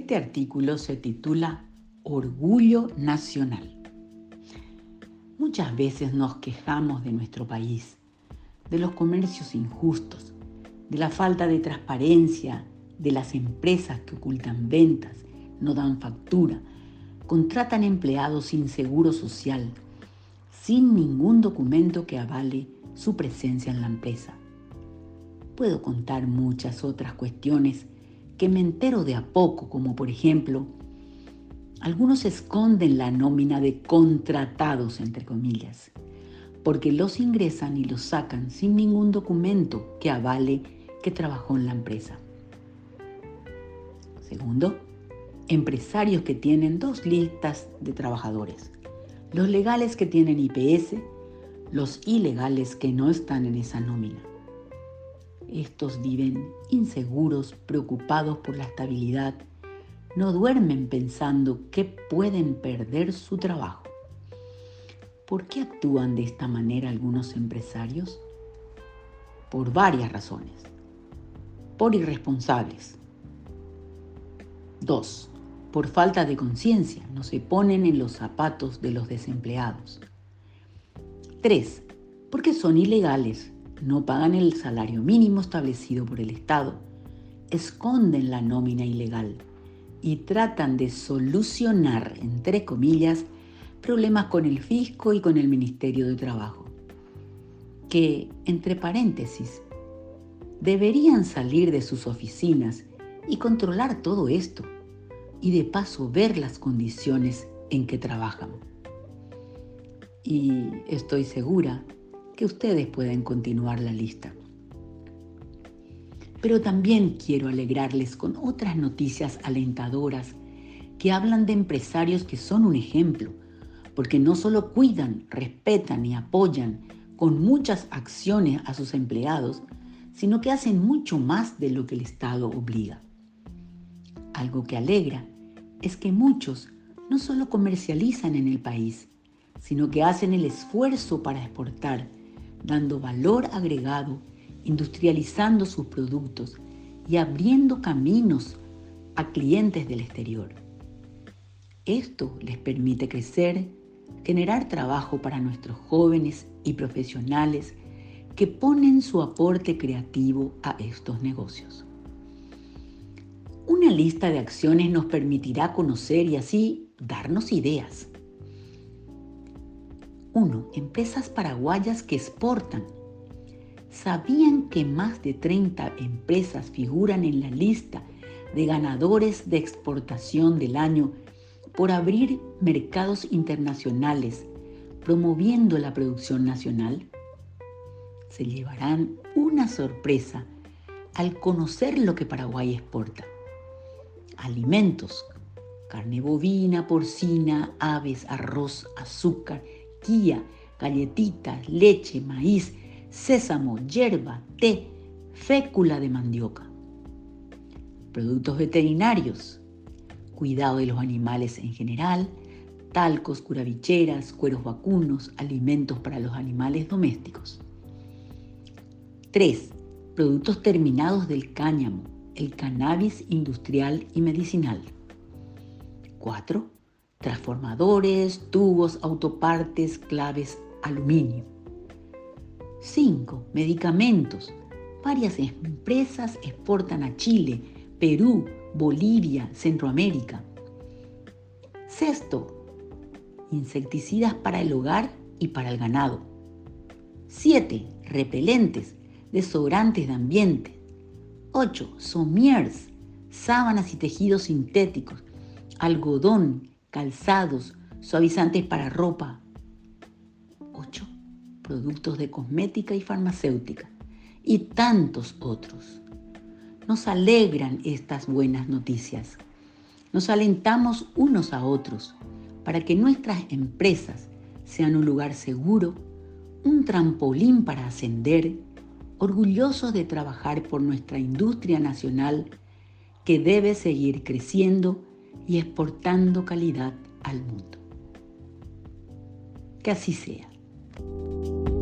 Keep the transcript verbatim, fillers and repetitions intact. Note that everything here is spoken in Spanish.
Este artículo se titula Orgullo Nacional. Muchas veces nos quejamos de nuestro país, de los comercios injustos, de la falta de transparencia, de las empresas que ocultan ventas, no dan factura, contratan empleados sin seguro social, sin ningún documento que avale su presencia en la empresa. Puedo contar muchas otras cuestiones que me entero de a poco, como por ejemplo, algunos esconden la nómina de contratados, entre comillas, porque los ingresan y los sacan sin ningún documento que avale que trabajó en la empresa. Segundo, empresarios que tienen dos listas de trabajadores, los legales que tienen I P S, los ilegales que no están en esa nómina. Estos viven inseguros, preocupados por la estabilidad, no duermen pensando que pueden perder su trabajo. ¿Por qué actúan de esta manera algunos empresarios? Por varias razones. Por irresponsables. Dos, por falta de conciencia, no se ponen en los zapatos de los desempleados. Tres, porque son ilegales, no pagan el salario mínimo establecido por el Estado, esconden la nómina ilegal y tratan de solucionar, entre comillas, problemas con el fisco y con el Ministerio de Trabajo, que, entre paréntesis, deberían salir de sus oficinas y controlar todo esto, y de paso ver las condiciones en que trabajan. Y estoy segura que ustedes pueden continuar la lista. Pero también quiero alegrarles con otras noticias alentadoras que hablan de empresarios que son un ejemplo, porque no solo cuidan, respetan y apoyan con muchas acciones a sus empleados, sino que hacen mucho más de lo que el Estado obliga. Algo que alegra es que muchos no solo comercializan en el país, sino que hacen el esfuerzo para exportar, dando valor agregado, industrializando sus productos y abriendo caminos a clientes del exterior. Esto les permite crecer, generar trabajo para nuestros jóvenes y profesionales que ponen su aporte creativo a estos negocios. Una lista de acciones nos permitirá conocer y así darnos ideas. uno. Empresas paraguayas que exportan. ¿Sabían que más de treinta empresas figuran en la lista de ganadores de exportación del año por abrir mercados internacionales, promoviendo la producción nacional? Se llevarán una sorpresa al conocer lo que Paraguay exporta. Alimentos, carne bovina, porcina, aves, arroz, azúcar, guía, galletitas, leche, maíz, sésamo, yerba, té, fécula de mandioca. Productos veterinarios, cuidado de los animales en general, talcos, curavicheras, cueros vacunos, alimentos para los animales domésticos. tres. Productos terminados del cáñamo, el cannabis industrial y medicinal. cuatro. Transformadores, tubos, autopartes, claves, aluminio. cinco. Medicamentos. Varias empresas exportan a Chile, Perú, Bolivia, Centroamérica. Sexto. Insecticidas para el hogar y para el ganado. siete. Repelentes, desodorantes de ambiente. ocho. Somiers, sábanas y tejidos sintéticos, algodón, calzados, suavizantes para ropa. ocho. Productos de cosmética y farmacéutica. Y tantos otros. Nos alegran estas buenas noticias. Nos alentamos unos a otros para que nuestras empresas sean un lugar seguro, un trampolín para ascender, orgullosos de trabajar por nuestra industria nacional que debe seguir creciendo y exportando calidad al mundo. Que así sea.